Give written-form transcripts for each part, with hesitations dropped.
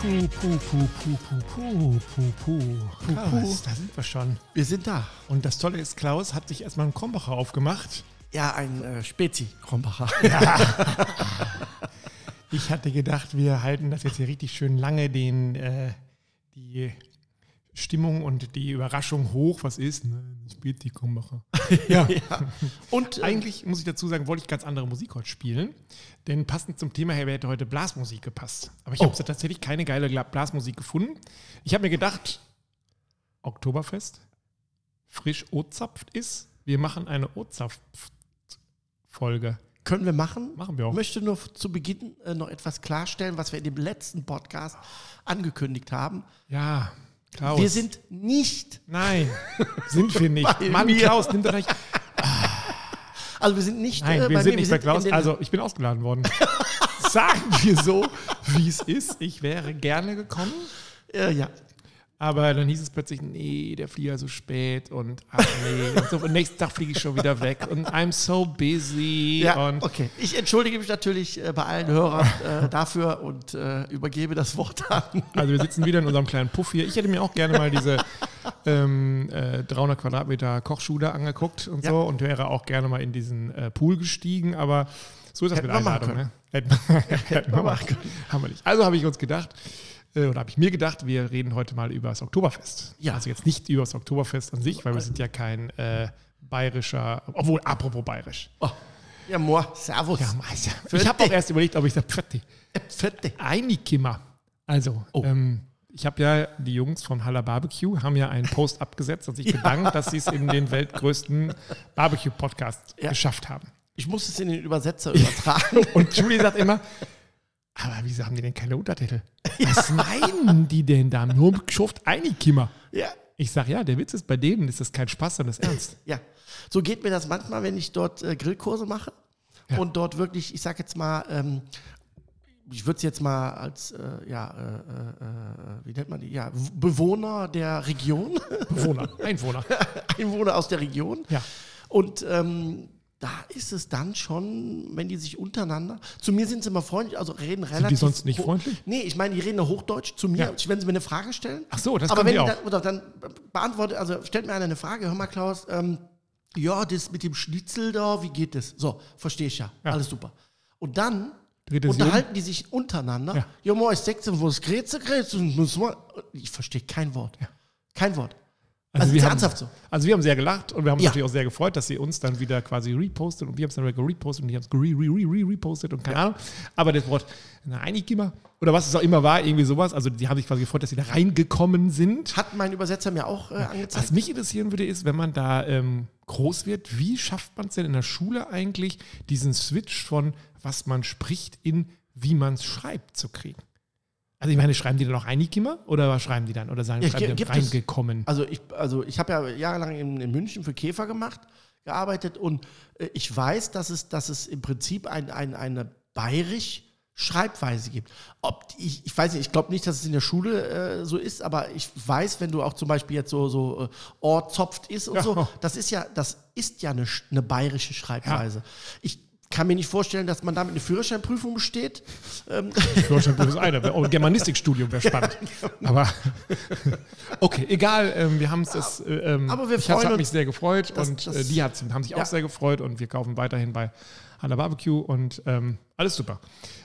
Klaus, da sind wir schon. Wir sind da. Und das Tolle ist, Klaus hat sich erstmal einen Krombacher aufgemacht. Ja, ein Spezi-Krombacher. Ja. Ich hatte gedacht, wir halten das jetzt hier richtig schön lange, die Stimmung und die Überraschung hoch. Was ist? Spezi-Krombacher. Ja. Ja. Und eigentlich, muss ich dazu sagen, wollte ich ganz andere Musik heute spielen. Denn passend zum Thema her hätte heute Blasmusik gepasst. Aber ich habe tatsächlich keine geile Blasmusik gefunden. Ich habe mir gedacht, Oktoberfest, frisch O-zapft ist. Wir machen eine O-zapft-Folge. können wir machen. Machen wir auch. Ich möchte nur zu Beginn noch etwas klarstellen, was wir in dem letzten Podcast angekündigt haben. Ja, Klaus. Wir sind nicht... Nein, sind wir nicht. Bei Mann, mir. Klaus, nimm doch nicht. Also wir sind nicht... Nein, wir sind nicht bei Klaus. Also, ich bin ausgeladen worden. Sagen wir so, wie es ist. Ich wäre gerne gekommen. Ja. Aber dann hieß es plötzlich, nee, der Flieger so spät und ach nee. Und so, und nächsten Tag fliege ich schon wieder weg und I'm so busy. Ja, Und okay. Ich entschuldige mich natürlich bei allen Hörern dafür und übergebe das Wort an. also wir sitzen wieder in unserem kleinen Puff hier. Ich hätte mir auch gerne mal diese 300 Quadratmeter Kochschule angeguckt und so und wäre auch gerne mal in diesen Pool gestiegen, aber so ist das Hätten mit wir machen Einladung. können. Ne? Hätten wir machen können. Haben wir nicht. Also habe ich uns gedacht, oder habe ich mir gedacht, wir reden heute mal über das Oktoberfest. Ja. Also jetzt nicht über das Oktoberfest an sich, weil wir sind ja kein bayerischer, obwohl, apropos bayerisch. Oh. Ja, moi, servus. Ja, Meister. Ich habe auch erst überlegt, ob ich sage, Pfette. Einikimmer. Also, ich habe ja, die Jungs von Haller Barbecue haben ja einen Post abgesetzt und sich bedankt, dass sie es in den weltgrößten Barbecue-Podcast geschafft haben. Ich muss es in den Übersetzer übertragen. Und Julie sagt immer, aber wieso haben die denn keine Untertitel? Was meinen die denn da? Nur geschafft Einikimmer. Ja. Ich sage, ja, der Witz ist, bei denen ist das kein Spaß, sondern das ist ernst. Ja, so geht mir das manchmal, wenn ich dort Grillkurse mache und dort wirklich, ich sag jetzt mal, ich würde es jetzt mal als, wie nennt man die? Ja, Bewohner der Region. Einwohner. Einwohner aus der Region. Ja. Und da ist es dann schon, wenn die sich untereinander, zu mir sind sie immer freundlich, also reden relativ... Sind die sonst nicht freundlich? Nee, ich meine, die reden Hochdeutsch zu mir, wenn sie mir eine Frage stellen. Ach so, das aber können wenn die die auch. dann beantwortet, also stellt mir einer eine Frage, hör mal Klaus, ja, das mit dem Schnitzel da, wie geht das? So, verstehe ich ja, alles super. Und dann unterhalten die sich untereinander. Ja, moi, ich sechse, wo es Grätze, ich verstehe kein Wort. Ja. Kein Wort. Also wir ernsthaft so. Also wir haben sehr gelacht und wir haben uns natürlich auch sehr gefreut, dass sie uns dann wieder quasi repostet und wir haben es dann repostet und die haben es repostet und keine Ahnung. Aber das Wort Einikimmer oder was es auch immer war, irgendwie sowas, also die haben sich quasi gefreut, dass sie da reingekommen sind. Hat mein Übersetzer mir auch angezeigt. Was mich interessieren würde, ist, wenn man da groß wird, wie schafft man es denn in der Schule eigentlich, diesen Switch von was man spricht in wie man es schreibt zu kriegen? Also ich meine, schreiben die dann auch Einikimmer oder was schreiben die dann? Oder sagen, schreiben die dann reingekommen? Also ich habe ja jahrelang in München für Käfer gearbeitet und ich weiß, dass es im Prinzip eine bayerisch Schreibweise gibt. Ich weiß nicht, ich glaube nicht, dass es in der Schule so ist, aber ich weiß, wenn du auch zum Beispiel jetzt so Ohr-zopft ist und so, das ist ja eine bayerische Schreibweise. Ja. Ich kann mir nicht vorstellen, dass man damit eine Führerscheinprüfung besteht. Führerscheinprüfung ist eine. Auch ein Germanistikstudium wäre spannend. Aber okay, egal. Wir haben es. Aber wir freuen uns. Ich habe mich sehr gefreut und die haben sich auch sehr gefreut und wir kaufen weiterhin bei Haller Barbecue und alles super.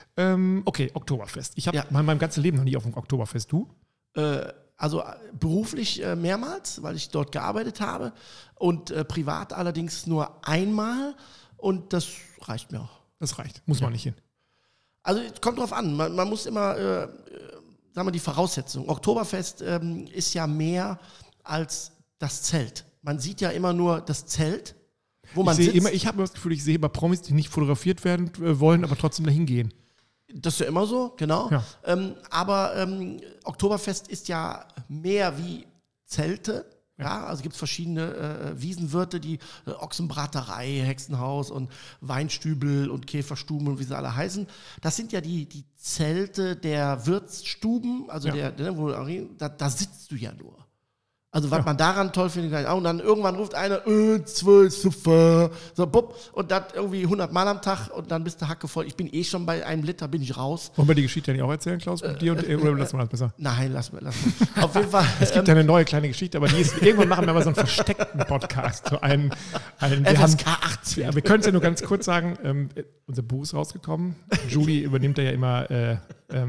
Okay, Oktoberfest. Ich habe mein ganzes Leben noch nie auf dem Oktoberfest. Du? Also beruflich mehrmals, weil ich dort gearbeitet habe und privat allerdings nur einmal. Und das reicht mir auch. Das reicht, muss man nicht hin. Also es kommt drauf an, man muss immer, sagen wir die Voraussetzung. Oktoberfest ist ja mehr als das Zelt. Man sieht ja immer nur das Zelt, wo man sitzt. Ich habe das Gefühl, ich sehe immer Promis, die nicht fotografiert werden wollen, aber trotzdem dahin gehen. Das ist ja immer so, genau. Ja. Aber Oktoberfest ist ja mehr wie Zelte. Ja, also gibt es verschiedene Wiesenwirte, die Ochsenbraterei, Hexenhaus und Weinstübel und Käferstuben und wie sie alle heißen. Das sind ja die Zelte der Wirtsstuben, also da sitzt du ja nur. Also was man daran toll findet, kann ich auch. Und dann irgendwann ruft einer, 12 super, so bupp, und das irgendwie 100 Mal am Tag und dann bist du hackevoll. Ich bin schon bei einem Liter, bin ich raus. Wollen wir die Geschichte nicht auch erzählen, Klaus, mit dir? Oder lassen wir das besser? Nein, lass mal. Auf jeden Fall. Es gibt ja eine neue kleine Geschichte, aber die ist, irgendwann machen wir mal so einen versteckten Podcast. So einen FSK 18. Ja, wir können es ja nur ganz kurz sagen, unser Buch ist rausgekommen. Julie übernimmt ja immer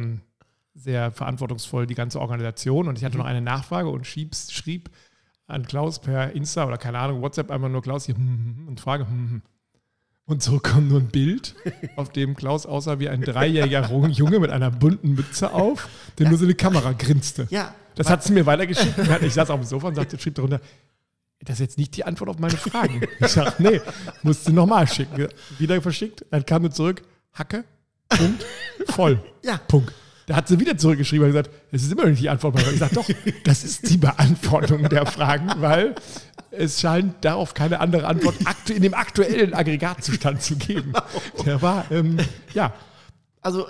sehr verantwortungsvoll die ganze Organisation und ich hatte noch eine Nachfrage und schrieb an Klaus per Insta oder keine Ahnung, WhatsApp einfach nur Klaus hier und frage und so kommt nur ein Bild, auf dem Klaus aussah wie ein 3-jähriger Junge mit einer bunten Mütze auf, der nur so eine Kamera grinste. Ja. Das hat sie mir weitergeschickt. Ich saß auf dem Sofa und schrieb darunter, das ist jetzt nicht die Antwort auf meine Fragen. Ich sag, nee, musst du nochmal schicken. Wieder verschickt, dann kam sie zurück, Hacke, Punkt, voll, Ja. Punkt. Da hat sie wieder zurückgeschrieben und gesagt, es ist immer noch nicht die Antwort. Ich sage, doch, das ist die Beantwortung der Fragen, weil es scheint darauf keine andere Antwort in dem aktuellen Aggregatzustand zu geben. Der war, ja. Also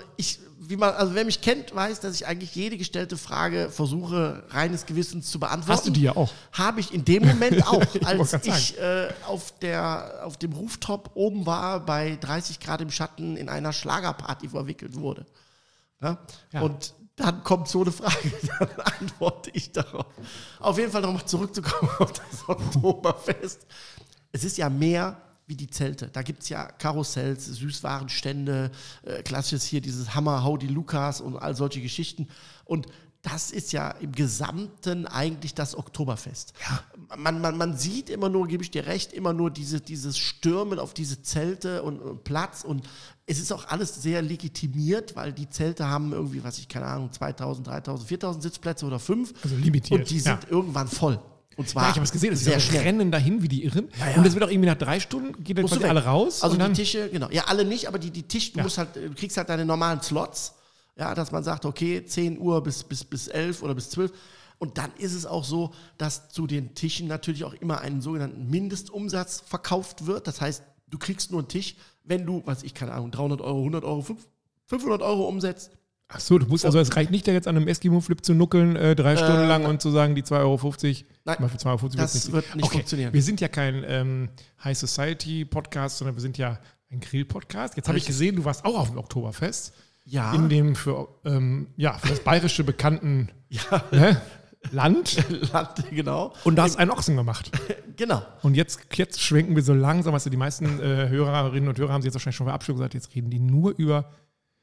wer mich kennt, weiß, dass ich eigentlich jede gestellte Frage versuche, reines Gewissens zu beantworten. Hast du die ja auch? Habe ich in dem Moment auch, als wollte ich auf dem Rooftop oben war, bei 30 Grad im Schatten in einer Schlagerparty verwickelt wurde. Ja? Ja. Und dann kommt so eine Frage, dann antworte ich darauf. Auf jeden Fall nochmal zurückzukommen auf das Oktoberfest. Es ist ja mehr wie die Zelte. Da gibt es ja Karussells, Süßwarenstände, klassisches hier dieses Hammer, Howdy Lukas und all solche Geschichten. Und das ist ja im Gesamten eigentlich das Oktoberfest. Ja. Man sieht immer nur, gebe ich dir recht, immer nur dieses Stürmen auf diese Zelte und Platz. Und es ist auch alles sehr legitimiert, weil die Zelte haben irgendwie, keine Ahnung, 2000, 3000, 4000 Sitzplätze oder 5. Also limitiert. Und die sind irgendwann voll. Und zwar Ja, ich habe es gesehen, es sehr ist schnell. Rennen dahin wie die Irren. Ja, ja. Und das wird auch irgendwie nach 3 Stunden, geht dann Musst du quasi weg. alle raus. Also und dann, die Tische, genau. Ja, alle nicht, aber die Tische, du kriegst halt deine normalen Slots. Ja, dass man sagt, okay, 10 Uhr bis 11 oder bis 12. Und dann ist es auch so, dass zu den Tischen natürlich auch immer einen sogenannten Mindestumsatz verkauft wird. Das heißt, du kriegst nur einen Tisch, wenn du, keine Ahnung, 300 Euro, 100 Euro, 500 Euro umsetzt. ach so, du musst, also es reicht nicht, da jetzt an einem Eskimo-Flip zu nuckeln, 3 Stunden lang und zu sagen, die 2,50 Euro. Nein, mal für 2,50 Euro das wird nicht funktionieren. Wir sind ja kein High Society-Podcast, sondern wir sind ja ein Grill-Podcast. Jetzt habe ich gesehen, du warst auch auf dem Oktoberfest. Ja. In dem für das bayerische bekannten Ja, Land. genau. Und da hast einen Ochsen gemacht. Genau. Und jetzt schwenken wir so langsam, die meisten Hörerinnen und Hörer haben sich jetzt wahrscheinlich schon verabschiedet und gesagt, jetzt reden die nur über,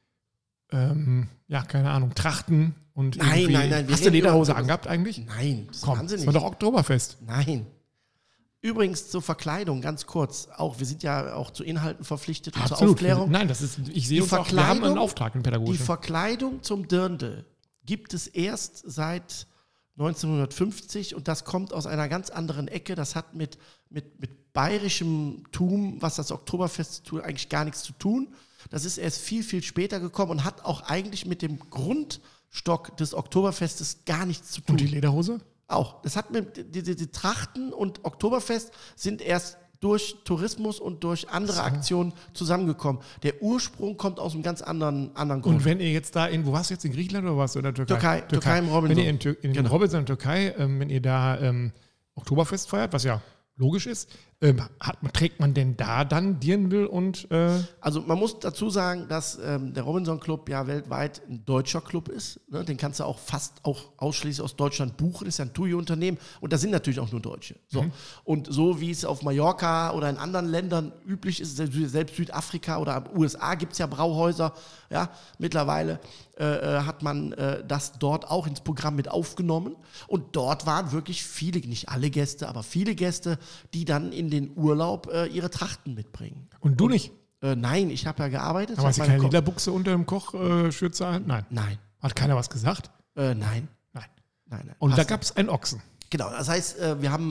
keine Ahnung, Trachten und Nein. Hast du Lederhose angehabt eigentlich? Nein, das ist Komm, wahnsinnig. das war doch Oktoberfest. Nein. Übrigens zur Verkleidung, ganz kurz. Auch, wir sind ja auch zu Inhalten verpflichtet und zur Aufklärung. Nein, ich sehe uns auch, wir haben einen Auftrag in Die Pädagogik. Verkleidung zum Dirndl gibt es erst seit 1950 und das kommt aus einer ganz anderen Ecke. Das hat mit bayerischem Tum, was das Oktoberfest tut, eigentlich gar nichts zu tun. Das ist erst viel, viel später gekommen und hat auch eigentlich mit dem Grundstock des Oktoberfestes gar nichts zu tun. Und die Lederhose? Auch. Das hat mit die Trachten und Oktoberfest sind erst durch Tourismus und durch andere Aktionen zusammengekommen. Der Ursprung kommt aus einem ganz anderen Grund. Und wenn ihr jetzt wo warst du jetzt in Griechenland oder warst du in der Türkei? Türkei im Robinson. Wenn ihr in Robinson, Türkei, wenn ihr da Oktoberfest feiert, was ja logisch ist, trägt man denn da dann Dirndl und Also man muss dazu sagen, dass der Robinson Club ja weltweit ein deutscher Club ist. Ne? Den kannst du auch fast auch ausschließlich aus Deutschland buchen. Ist ja ein TUI-Unternehmen und da sind natürlich auch nur Deutsche. So. Und so wie es auf Mallorca oder in anderen Ländern üblich ist, selbst Südafrika oder USA gibt es ja Brauhäuser, ja, mittlerweile hat man das dort auch ins Programm mit aufgenommen. Und dort waren wirklich viele, nicht alle Gäste, aber viele Gäste, die dann in den Urlaub ihre Trachten mitbringen. und du nicht? Nein, ich habe ja gearbeitet. Aber hast Ich du hab keine meine Lederbuchse unter dem Kochschürze an? Nein. Nein, Hat keiner was gesagt? nein. Nein. Und da gab es einen Ochsen. Genau, das heißt, wir haben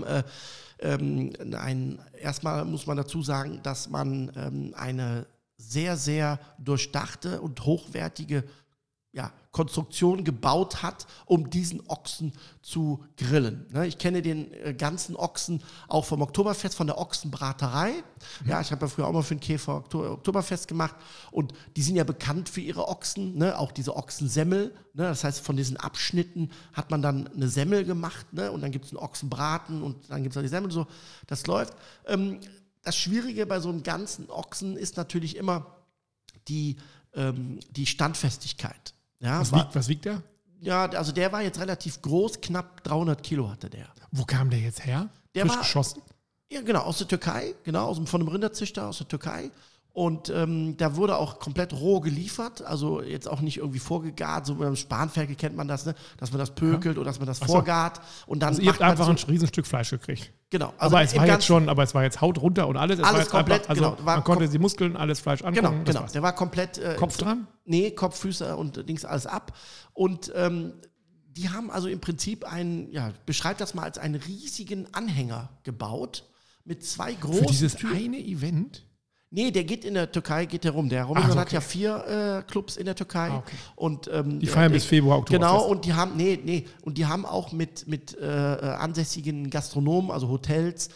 erstmal muss man dazu sagen, dass man eine sehr, sehr durchdachte und hochwertige Konstruktion gebaut hat, um diesen Ochsen zu grillen. Ne, ich kenne den ganzen Ochsen auch vom Oktoberfest, von der Ochsenbraterei. Ja, ich habe ja früher auch mal für den Käfer Oktoberfest gemacht und die sind ja bekannt für ihre Ochsen, ne, auch diese Ochsensemmel. Ne, das heißt, von diesen Abschnitten hat man dann eine Semmel gemacht, ne, und dann gibt es einen Ochsenbraten und dann gibt es die Semmel. So, das läuft. Das Schwierige bei so einem ganzen Ochsen ist natürlich immer die Standfestigkeit. Ja, was wiegt der? Ja, also der war jetzt relativ groß, knapp 300 Kilo hatte der. Wo kam der jetzt her? Der war geschossen? Ja, genau, aus der Türkei, genau, von einem Rinderzüchter aus der Türkei. Und da wurde auch komplett roh geliefert, also jetzt auch nicht irgendwie vorgegart, so beim Spanferkel kennt man das, ne? Dass man das pökelt oder dass man das vorgart. Und dann also ihr habt einfach ein Riesenstück Fleisch gekriegt. Genau. Also aber es war jetzt Haut runter und alles. Alles komplett, einfach, also man konnte die Muskeln, alles Fleisch angucken. Genau. Der war komplett... Kopf dran? Nee, Kopf, Füße und Dings alles ab. Und die haben also im Prinzip beschreibt das mal als einen riesigen Anhänger gebaut mit 2 großen Für dieses Türen. eine Event? Nee, der geht in der Türkei, geht der rum. Der Robinson hat ja 4 Clubs in der Türkei. Okay. Und, die feiern bis Februar, Oktober. Genau, und die haben, und die haben auch mit ansässigen Gastronomen, also Hotels,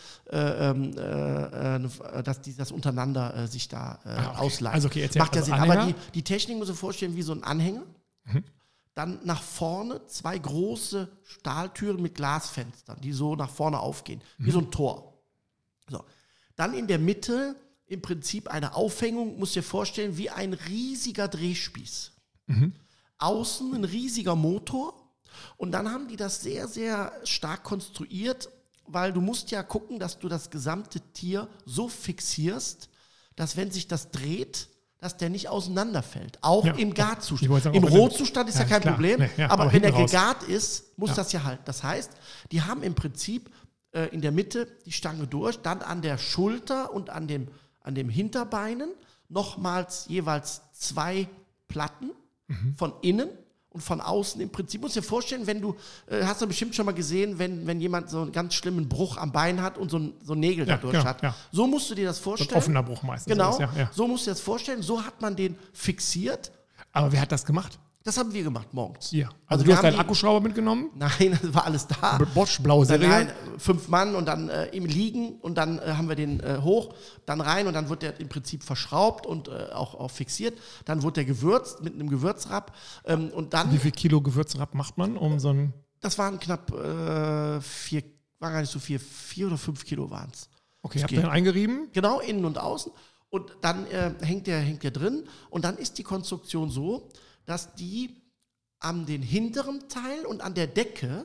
dass die das untereinander sich da ausleihen. Also okay, macht ja also Sinn. Anhänger? Aber die Technik muss ich vorstellen wie so ein Anhänger. Dann nach vorne 2 große Stahltüren mit Glasfenstern, die so nach vorne aufgehen, wie so ein Tor. So. Dann in der Mitte im Prinzip eine Aufhängung, musst du dir vorstellen, wie ein riesiger Drehspieß. Außen ein riesiger Motor und dann haben die das sehr, sehr stark konstruiert, weil du musst ja gucken, dass du das gesamte Tier so fixierst, dass wenn sich das dreht, dass der nicht auseinanderfällt. Auch im Garzustand. Im Rohzustand ist ja kein Problem, aber wenn der gegart ist, muss das ja halten. Das heißt, die haben im Prinzip in der Mitte die Stange durch, dann an der Schulter und an dem Hinterbeinen nochmals jeweils 2 Platten von innen und von außen im Prinzip. Musst dir vorstellen, wenn du, hast du bestimmt schon mal gesehen, wenn jemand so einen ganz schlimmen Bruch am Bein hat und so Nägel dadurch hat. Ja. So musst du dir das vorstellen. So ein offener Bruch meistens. Genau, so musst du dir das vorstellen. So hat man den fixiert. Aber wer hat das gemacht? Das haben wir gemacht morgens. Ja. Also du hast deinen Akkuschrauber mitgenommen? Nein, das war alles da. Bosch, blaue Serie? Nein, 5 Mann und dann im Liegen und dann haben wir den hoch, dann rein und dann wird der im Prinzip verschraubt und auch fixiert. Dann wird der gewürzt mit einem Gewürzrapp und dann... Wie viel Kilo Gewürzrapp macht man um so ein... Das waren knapp 4, war gar nicht so viel, 4 oder 5 Kilo waren es. Okay, habt ihr den eingerieben? Genau, innen und außen. Und dann hängt der drin und dann ist die Konstruktion so, dass die an den hinteren Teil und an der Decke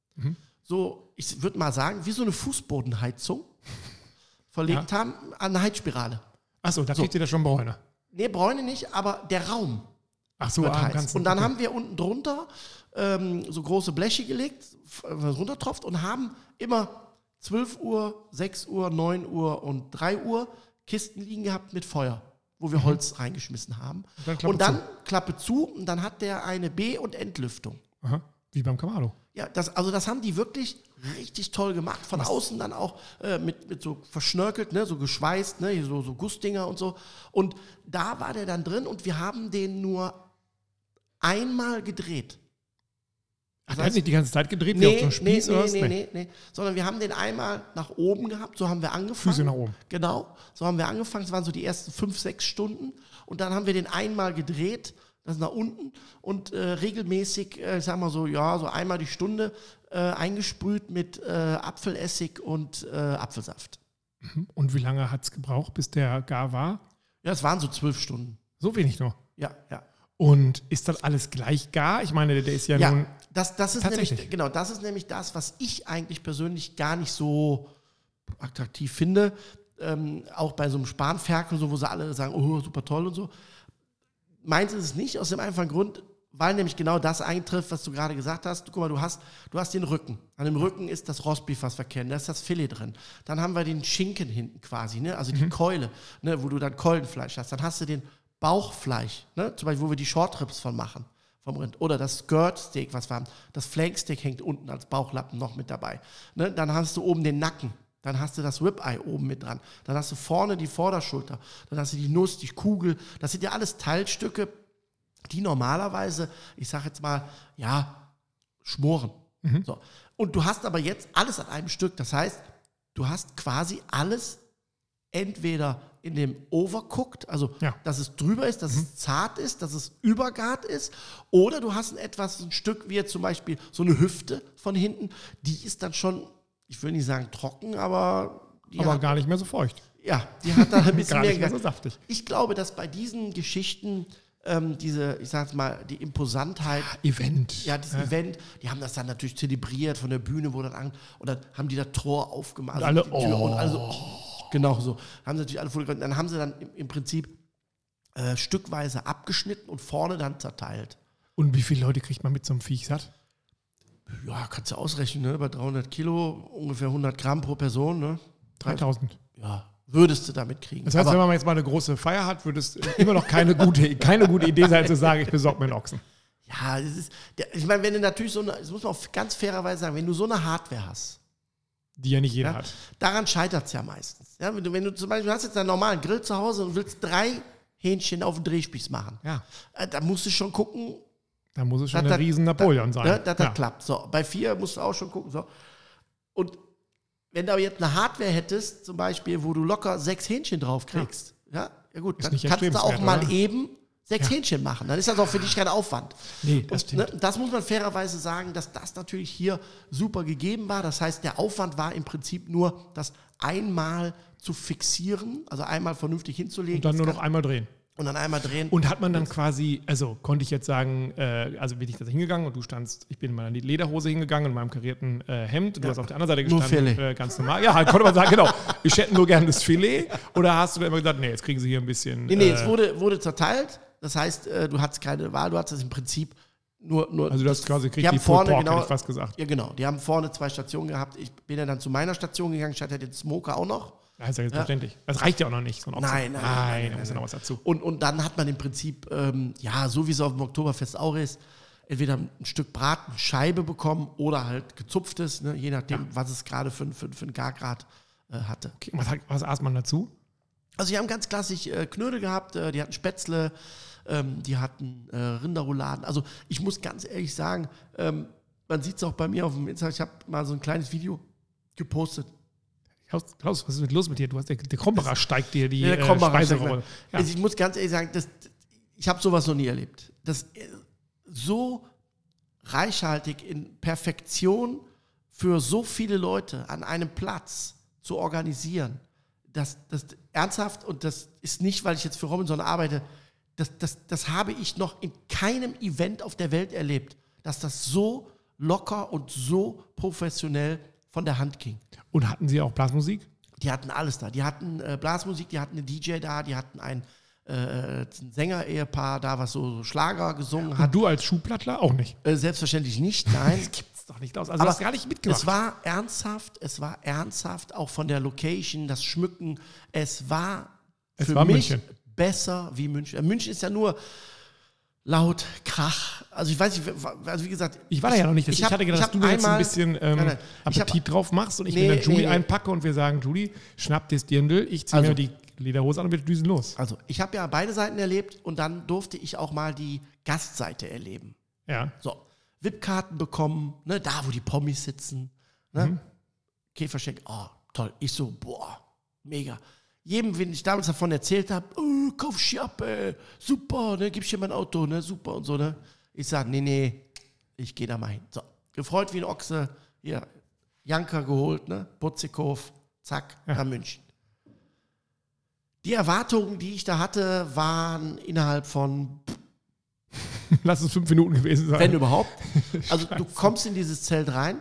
so, ich würde mal sagen, wie so eine Fußbodenheizung verlegt haben an eine Heizspirale. Achso, da kriegt ihr das schon Bräune. Nee, Bräune nicht, aber der Raum wird heiß. Und dann haben wir unten drunter so große Bleche gelegt, was runtertropft und haben immer 12 Uhr, 6 Uhr, 9 Uhr und 3 Uhr Kisten liegen gehabt mit Feuer, wo wir Holz reingeschmissen haben. Und dann Klappe zu und dann hat der eine B- und Entlüftung. Aha. Wie beim Kamado. Ja, das haben die wirklich richtig toll gemacht. Von außen dann auch mit so verschnörkelt, ne, so geschweißt, ne, so Gussdinger und so. Und da war der dann drin und wir haben den nur einmal gedreht. Ach, der hat nicht die ganze Zeit gedreht, wie auf so einem Spieß oder was? Nee. Sondern wir haben den einmal nach oben gehabt, so haben wir angefangen. Füße nach oben. Genau, so haben wir angefangen. Das waren so die ersten 5, 6 Stunden. Und dann haben wir den einmal gedreht, das nach unten und regelmäßig, ich sag mal so einmal die Stunde eingesprüht mit Apfelessig und Apfelsaft. Und wie lange hat es gebraucht, bis der gar war? Ja, es waren so 12 Stunden. So wenig nur? Ja. Und ist das alles gleich gar? Ich meine, der ist ja nun... Das ist nämlich, genau, das ist nämlich das, was ich eigentlich persönlich gar nicht so attraktiv finde. Auch bei so einem Spanferkel, so, wo sie alle sagen, oh, super toll und so. Meins ist es nicht, aus dem einfachen Grund, weil nämlich genau das eintrifft, was du gerade gesagt hast. Guck mal, du hast den Rücken. An dem Rücken ist das Rostbeef, was wir kennen, da ist das Filet drin. Dann haben wir den Schinken hinten quasi, ne? Also die Keule, ne? Wo du dann Keulenfleisch hast. Dann hast du den Bauchfleisch, ne? Zum Beispiel, wo wir die Shortribs von machen, vom Rind. Oder das Skirt-Steak, was wir haben. Das Flanksteak hängt unten als Bauchlappen noch mit dabei. Ne? Dann hast du oben den Nacken. Dann hast du das Ribeye oben mit dran. Dann hast du vorne die Vorderschulter. Dann hast du die Nuss, die Kugel. Das sind ja alles Teilstücke, die normalerweise, ich sage jetzt mal, ja, schmoren. So. Und du hast aber jetzt alles an einem Stück. Das heißt, du hast quasi alles entweder in dem Overcooked, also dass es drüber ist, dass es zart ist, dass es übergart ist, oder du hast ein Stück wie jetzt zum Beispiel so eine Hüfte von hinten, die ist dann schon, ich will nicht sagen trocken, aber gar nicht mehr so feucht. Ja, die hat dann ein bisschen gar nicht mehr so saftig. Ich glaube, dass bei diesen Geschichten ich sag mal, die Imposantheit. Event. Ja, dieses Event, die haben das dann natürlich zelebriert von der Bühne, wo dann und dann haben die das Tor aufgemacht. Und alle, und also, genau so. Haben sie natürlich alle fotografiert. Dann haben sie dann im Prinzip stückweise abgeschnitten und vorne dann zerteilt. Und wie viele Leute kriegt man mit so einem Viech satt? Ja, kannst du ausrechnen, ne? Bei 300 Kilo, ungefähr 100 Gramm pro Person, ne? 3000. Ja, würdest du damit kriegen. Das heißt, wenn man jetzt mal eine große Feier hat, würde es immer noch keine gute Idee sein, zu sagen, ich besorge mir einen Ochsen. Ja, ich meine, wenn du natürlich das muss man auch ganz fairerweise sagen, wenn du so eine Hardware hast, die ja nicht jeder hat. Daran scheitert es ja meistens. Ja, wenn du zum Beispiel hast jetzt einen normalen Grill zu Hause und willst 3 Hähnchen auf den Drehspieß machen, da musst du schon gucken. Da muss es schon ein riesen Napoleon sein. Dass das klappt. So, bei 4 musst du auch schon gucken. So. Und wenn du aber jetzt eine Hardware hättest, zum Beispiel, wo du locker 6 Hähnchen drauf kriegst, ja gut, dann kannst du auch mal eben 6 Hähnchen machen. Dann ist das auch für dich kein Aufwand. Nee, das stimmt. Das muss man fairerweise sagen, dass das natürlich hier super gegeben war. Das heißt, der Aufwand war im Prinzip nur, das einmal zu fixieren, also einmal vernünftig hinzulegen. Und dann nur noch einmal drehen. Und dann einmal drehen. Und hat man dann quasi, also konnte ich jetzt sagen, also bin ich da hingegangen und du standst, ich bin in meiner Lederhose hingegangen und meinem karierten Hemd, du hast auf der anderen Seite gestanden, ganz normal. Ja, halt konnte man sagen, genau, ich hätte nur gerne das Filet. Oder hast du dann immer gesagt, nee, jetzt kriegen sie hier ein bisschen... Nee, es wurde zerteilt. Das heißt, du hattest keine Wahl, du hattest im Prinzip nur also du hast quasi die haben vorne, Pork, hätte ich fast gesagt. Ja, genau. Die haben vorne 2 Stationen gehabt. Ich bin ja dann zu meiner Station gegangen, ich hatte den Smoker auch noch. Das ist ja selbstverständlich. Das reicht ja auch noch nicht. So ein Nein, da muss ja noch was dazu. Und dann hat man im Prinzip, so wie es auf dem Oktoberfest auch ist, entweder ein Stück Bratenscheibe bekommen oder halt gezupftes, ne, je nachdem, was es gerade für einen Gargrad hatte. Okay, was aß man dazu? Also die haben ganz klassisch Knödel gehabt, die hatten Spätzle, die hatten Rinderrouladen. Also ich muss ganz ehrlich sagen, man sieht es auch bei mir auf dem Instagram, ich habe mal so ein kleines Video gepostet. Klaus, was ist los mit dir? Der Krombacher steigt dir die Speiseröhre. Ja. Also ich muss ganz ehrlich sagen, ich habe sowas noch nie erlebt. Das so reichhaltig in Perfektion für so viele Leute an einem Platz zu organisieren, das ernsthaft, und das ist nicht, weil ich jetzt für Robinson arbeite, das habe ich noch in keinem Event auf der Welt erlebt, dass das so locker und so professionell von der Hand ging. Und hatten Sie auch Blasmusik? Die hatten alles da. Die hatten Blasmusik, die hatten einen DJ da, die hatten ein Sänger-Ehepaar da, was so Schlager gesungen hat. Und du als Schuhplattler auch nicht? Selbstverständlich nicht, nein. Das gibt's doch nicht aus. Also du hast gar nicht mitgemacht. Es war ernsthaft, auch von der Location, das Schmücken. Es war mich München. Besser wie München. München ist ja nur laut, Krach. Also ich weiß nicht, also wie gesagt... Ich war da ja noch nicht. Ich hatte gedacht, dass du jetzt ein bisschen Appetit drauf machst und ich mir dann Julie einpacke und wir sagen, Julie, schnapp dir das Dirndl, ich ziehe mir die Lederhose an und wir düsen los. Also ich habe ja beide Seiten erlebt und dann durfte ich auch mal die Gastseite erleben. Ja. So, VIP-Karten bekommen, ne, da wo die Promis sitzen. Ne? Käferschenk, toll. Ich so, mega. Jedem, wenn ich damals davon erzählt habe, kauf Schiapp, super, ne, gib ich dir mein Auto, ne, super und so, ne. Ich sage, nee, ich gehe da mal hin. So, gefreut wie ein Ochse, hier, Janker geholt, ne, Putzikow, zack, nach München. Die Erwartungen, die ich da hatte, waren innerhalb von... Lass es 5 Minuten gewesen sein. Wenn überhaupt. Also du kommst in dieses Zelt rein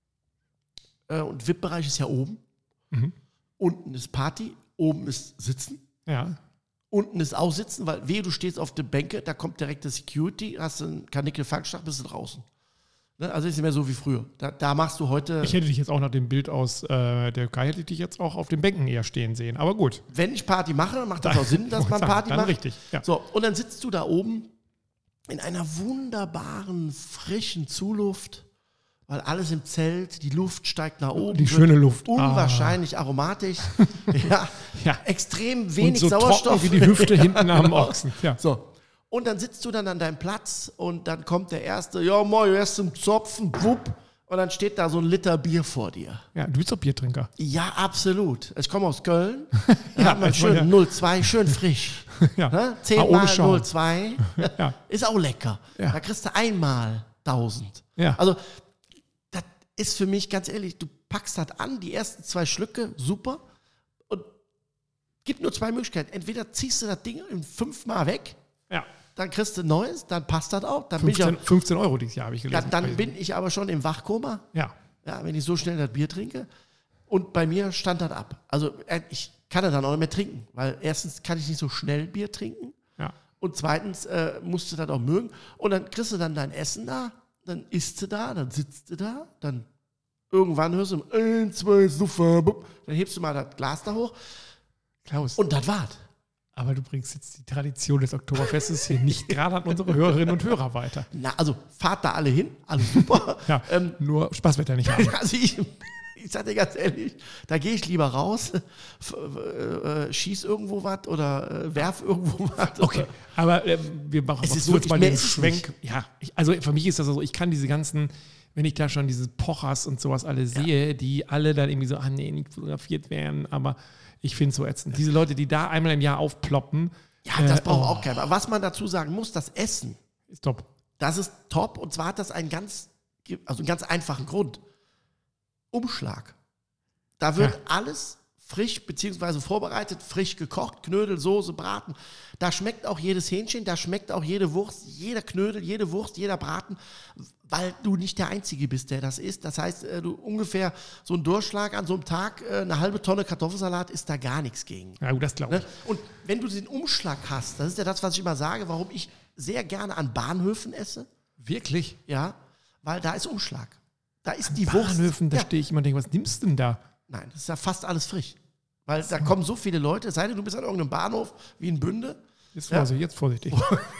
und VIP-Bereich ist ja oben. Unten ist Party, oben ist Sitzen. Ja. Unten ist auch Sitzen, weil du stehst auf der Bänke, da kommt direkt der Security, hast du einen Karnickel-Fangschlag, bist du draußen. Ne? Also ist nicht mehr so wie früher. Da machst du heute... Ich hätte dich jetzt auch nach dem Bild aus der Türkei, hätte ich dich jetzt auch auf den Bänken eher stehen sehen, aber gut. Wenn ich Party mache, dann macht das auch Sinn, dass man Party macht. Richtig, ja. So, und dann sitzt du da oben in einer wunderbaren, frischen Zuluft, weil alles im Zelt, die Luft steigt nach oben. Die schöne Luft. Unwahrscheinlich aromatisch. Ja, extrem wenig und so Sauerstoff. Trocken wie die Hüfte hinten am Ochsen. Ja. So. Und dann sitzt du dann an deinem Platz und dann kommt der Erste, ja moin, erst zum Zopfen, wupp. Und dann steht da so ein Liter Bier vor dir. Ja, du bist doch Biertrinker. Ja, absolut. Ich komme aus Köln. Da Ja, haben wir ich schön meine, 0,2, schön frisch. Ja. Ne? Ah, 10 ohne mal Schaum. 0,2. Ja. Ist auch lecker. Ja. Da kriegst du einmal 1000. Ja. Also, das ist für mich ganz ehrlich, du packst das an, die ersten 2 Schlücke, super. Und gibt nur 2 Möglichkeiten. Entweder ziehst du das Ding in 5-mal weg, Ja. dann kriegst du ein neues, dann passt das auch. Dann bin, 15 Euro dieses Jahr habe ich ich, gelesen. dann bin ich aber schon im Wachkoma, Ja. ja, wenn ich so schnell das Bier trinke. Und bei mir stand das ab. Also ich kann das dann auch nicht mehr trinken, weil erstens kann ich nicht so schnell Bier trinken Ja. und zweitens musst du das auch mögen. Und dann kriegst du dann dein Essen da, dann isst du da, dann sitzt du da, dann irgendwann hörst du 1, 2, super, dann hebst du mal das Glas da hoch Klaus, und das war's. aber du bringst jetzt die Tradition des Oktoberfestes hier nicht gerade an unsere Hörerinnen und Hörer weiter. Na, also fahrt da alle hin, alles super. Ja, nur Spaßwetter nicht haben. Also ich sag dir ganz ehrlich, da gehe ich lieber raus, schieß irgendwo was oder werf irgendwo was. Okay, aber wir machen Es ist kurz wirklich mal mehr den ist es Schwenk. Ja, also für mich ist das so, ich kann diese ganzen, wenn ich da schon diese Pochers und sowas alle sehe, die alle dann irgendwie so, nee, nicht fotografiert werden, aber ich finde es so ätzend. Diese Leute, die da einmal im Jahr aufploppen. Ja, das braucht auch keiner. Aber was man dazu sagen muss, das Essen, Ist top. das ist top und zwar hat das einen ganz einfachen Grund. Umschlag. Da wird alles frisch bzw. vorbereitet, frisch gekocht, Knödel, Soße, Braten. Da schmeckt auch jedes Hähnchen, da schmeckt auch jede Wurst, jeder Knödel, jede Wurst, jeder Braten, weil du nicht der Einzige bist, der das isst. Das heißt, du ungefähr so ein Durchschlag an so einem Tag, eine halbe Tonne Kartoffelsalat ist da gar nichts gegen. Ja, gut, das glaube ich. Ne? Und wenn du den Umschlag hast, das ist ja das, was ich immer sage, warum ich sehr gerne an Bahnhöfen esse, Wirklich? ja, weil da ist Umschlag. Da ist die Wurst. Bahnhöfen, da Ja. stehe ich immer und denke, was nimmst du denn da? Nein, das ist ja fast alles frisch. Weil da kommen so viele Leute, es sei denn, du bist an irgendeinem Bahnhof wie in Bünde. Jetzt vorsichtig.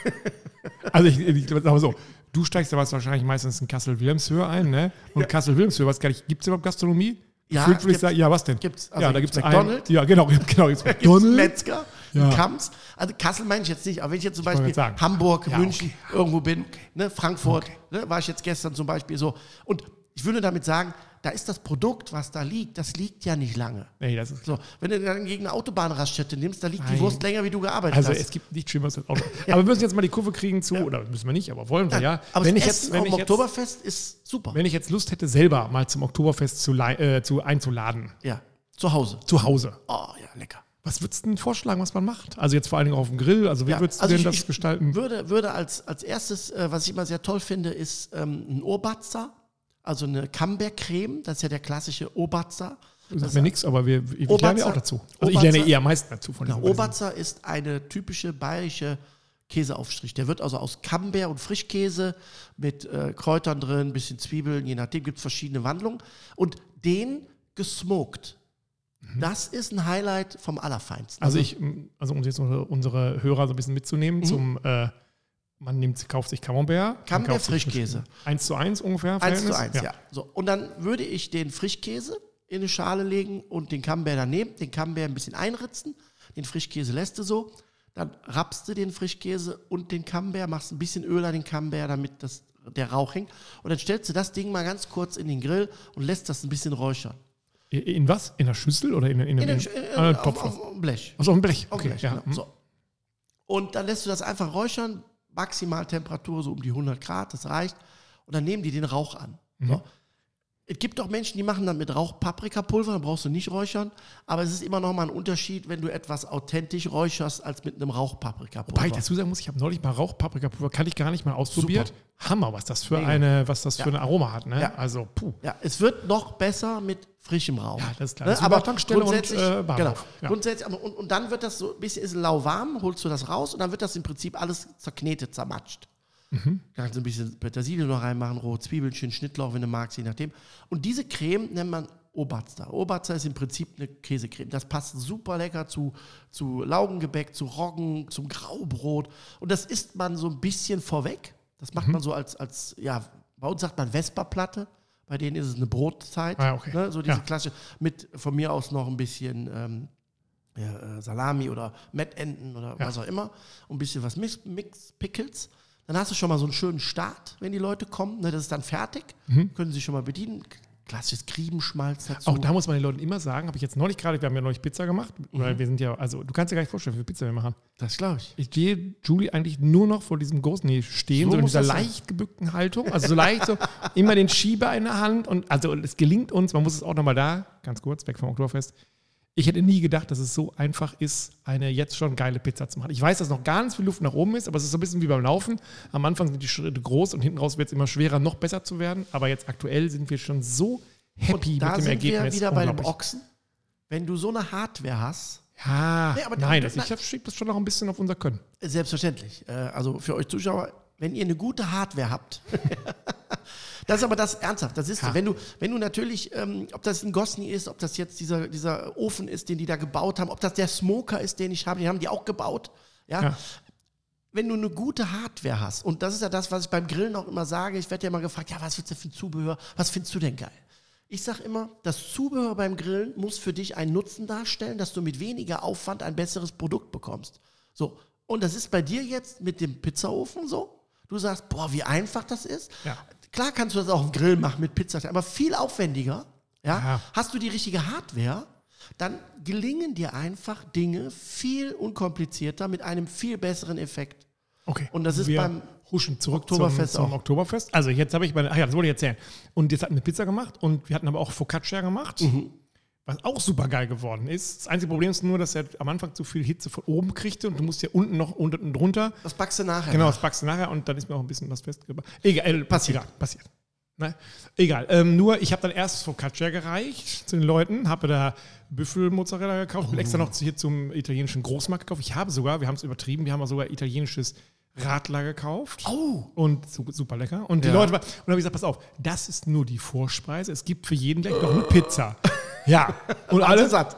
Also ich sag mal so, du steigst ja wahrscheinlich meistens in Kassel-Wilhelmshöhe ein, ne? Und Kassel-Wilhelmshöhe, was gar nicht, gibt es überhaupt Gastronomie? Ja, Gefühlt würde ich gibt's. sagen, ja, was denn? Gibt's. Also ja, da gibt's gibt es McDonald's. Ja, genau, gibt's Gibt's McDonald's. Metzger, Ja. Kamps. Also Kassel meine ich jetzt nicht, aber wenn ich jetzt zum wollte Beispiel gerade sagen. Hamburg, Ja, München irgendwo bin, ne, Frankfurt, Okay. ne, war ich jetzt gestern zum Beispiel so. Und ich würde damit sagen, da ist das Produkt, was da liegt, das liegt ja nicht lange. Nee, das ist So, wenn du dann gegen eine Autobahnraststätte nimmst, da liegt die Nein. Wurst länger, wie du gearbeitet Also hast. es gibt nichts Schlimmeres als Auto. Aber wir müssen jetzt mal die Kurve kriegen zu, oder müssen wir nicht, aber wollen wir ja. Aber Wenn das ich Essen jetzt, wenn am ich jetzt, Oktoberfest ist super. wenn ich jetzt Lust hätte, selber mal zum Oktoberfest einzuladen, Ja, zu Hause. zu Hause, Oh, ja, lecker. was würdest du denn vorschlagen, was man macht? Also jetzt vor allen Dingen auf dem Grill, also wie Ja, würdest du also denn ich- das ich gestalten? Würde als erstes, was ich immer sehr toll finde, ist ein Obatzer, also eine Camembert-Creme, das ist ja der klassische Obatzer. Das sagt mir nichts, aber ich lerne ja Oberzer- auch dazu. Also ich Oberzer- lerne eher am meisten dazu von Genau, diesen Obatzer ist eine typische bayerische Käseaufstrich. Der wird also aus Camembert und Frischkäse mit Kräutern drin, bisschen Zwiebeln, je nachdem gibt es verschiedene Wandlungen. Und den gesmoked. Das ist ein Highlight vom Allerfeinsten. Also um jetzt unsere Hörer so ein bisschen mitzunehmen, man kauft sich Camembert. man Camembert kauft sich Frischkäse. 1:1 ungefähr. 1:1, Verhältnis? ja. So, und dann würde ich den Frischkäse in eine Schale legen und den Camembert daneben, den Camembert ein bisschen einritzen, den Frischkäse lässt du so, dann rappst du den Frischkäse und den Camembert, machst ein bisschen Öl an den Camembert, damit der Rauch hängt und dann stellst du das Ding mal ganz kurz in den Grill und lässt das ein bisschen räuchern. In was? In der Schüssel oder in einem Topf? Auf dem Blech. Also auf dem Blech. Auf Okay, dem Blech, ja. genau. So. Und dann lässt du das einfach räuchern, Maximaltemperatur so um die 100 Grad, das reicht. Und dann nehmen die den Rauch an. So. Es gibt auch Menschen, die machen dann mit Rauchpaprikapulver, dann brauchst du nicht räuchern. Aber es ist immer noch mal ein Unterschied, wenn du etwas authentisch räucherst, als mit einem Rauchpaprikapulver. Wobei ich dazu sagen muss, ich habe neulich mal Rauchpaprikapulver, kann ich gar nicht mal ausprobiert. Hammer, was das für Mega. eine Aroma hat. Ne? Ja. Also, puh. Ja, es wird noch besser mit frischem Rauch. Ja, das ist klar. Ne? Das ist Aber über Tankstelle und, grundsätzlich, Bahnhof. genau, Ja. grundsätzlich, und dann wird das so ein bisschen ist lauwarm, holst du das raus und dann wird das im Prinzip alles zerknetet, zermatscht. Kannst du ein bisschen Petersilie noch reinmachen, rohe Zwiebelchen, Schnittlauch, wenn du magst, je nachdem. Und diese Creme nennt man Obatzer. Obatzer ist im Prinzip eine Käsecreme. Das passt super lecker zu Laugengebäck, zu Roggen, zum Graubrot. Und das isst man so ein bisschen vorweg. Das macht man so als, ja, bei uns sagt man Vesperplatte. Bei denen ist es eine Brotzeit. Ah, okay. Ne? So diese Ja. Klasse. Mit von mir aus noch ein bisschen Salami oder Mettenten oder was auch immer und ein bisschen was Mix Pickles. Dann hast du schon mal so einen schönen Start, wenn die Leute kommen. Ne, das ist dann fertig. Können sie sich schon mal bedienen. Klassisches Griebenschmalz dazu. Auch da muss man den Leuten immer sagen, habe ich jetzt neulich gerade, wir haben ja neulich Pizza gemacht, weil wir sind ja, also du kannst dir gar nicht vorstellen, wie viel Pizza wir machen. Das glaube ich. Ich sehe Julie eigentlich nur noch vor diesem großen, stehen, so in dieser leicht gebückten Haltung, also so leicht so, immer den Schieber in der Hand und also es gelingt uns, man muss es auch nochmal da, ganz kurz, weg vom Oktoberfest, ich hätte nie gedacht, dass es so einfach ist, eine jetzt schon geile Pizza zu machen. Ich weiß, dass noch ganz viel Luft nach oben ist, aber es ist so ein bisschen wie beim Laufen. Am Anfang sind die Schritte groß und hinten raus wird es immer schwerer, noch besser zu werden, aber jetzt aktuell sind wir schon so happy mit dem Ergebnis. Da sind wir wieder bei dem Ochsen. Wenn du so eine Hardware hast. Ja, nee, ich schiebe das schon noch ein bisschen auf unser Können. Selbstverständlich. Also für euch Zuschauer, wenn ihr eine gute Hardware habt, das ist aber das ernsthaft. Das ist, wenn du natürlich, ob das ein Gosni ist, ob das jetzt dieser Ofen ist, den die da gebaut haben, ob das der Smoker ist, den ich habe, den haben die auch gebaut. Ja. Wenn du eine gute Hardware hast, und das ist ja das, was ich beim Grillen auch immer sage, ich werde ja immer gefragt, ja, was willst du für ein Zubehör, was findest du denn geil? Ich sage immer, das Zubehör beim Grillen muss für dich einen Nutzen darstellen, dass du mit weniger Aufwand ein besseres Produkt bekommst. So, und das ist bei dir jetzt mit dem Pizzaofen so. Du sagst, boah, wie einfach das ist. Ja. Klar kannst du das auch auf dem Grill machen mit Pizza, aber viel aufwendiger. Ja? Hast du die richtige Hardware, dann gelingen dir einfach Dinge viel unkomplizierter mit einem viel besseren Effekt. Okay. Und das ist beim huschen zurück zum Oktoberfest. Also jetzt habe ich das wollte ich erzählen. Und jetzt hatten wir Pizza gemacht und wir hatten aber auch Focaccia gemacht, was auch super geil geworden ist. Das einzige Problem ist nur, dass er am Anfang zu viel Hitze von oben kriegte und du musst ja unten drunter. Das backst du nachher. Genau, das backst du nachher und dann ist mir auch ein bisschen was festgebracht. Egal, passiert. Ne? Egal, nur ich habe dann erst Focaccia gereicht zu den Leuten, habe da Büffelmozzarella gekauft, bin extra noch hier zum italienischen Großmarkt gekauft. Wir haben es übertrieben, wir haben sogar italienisches Radler gekauft. Und super lecker. Und die Leute und dann habe ich gesagt, pass auf, das ist nur die Vorspeise. Es gibt für jeden gleich noch eine Pizza. Ja. Und alle satt.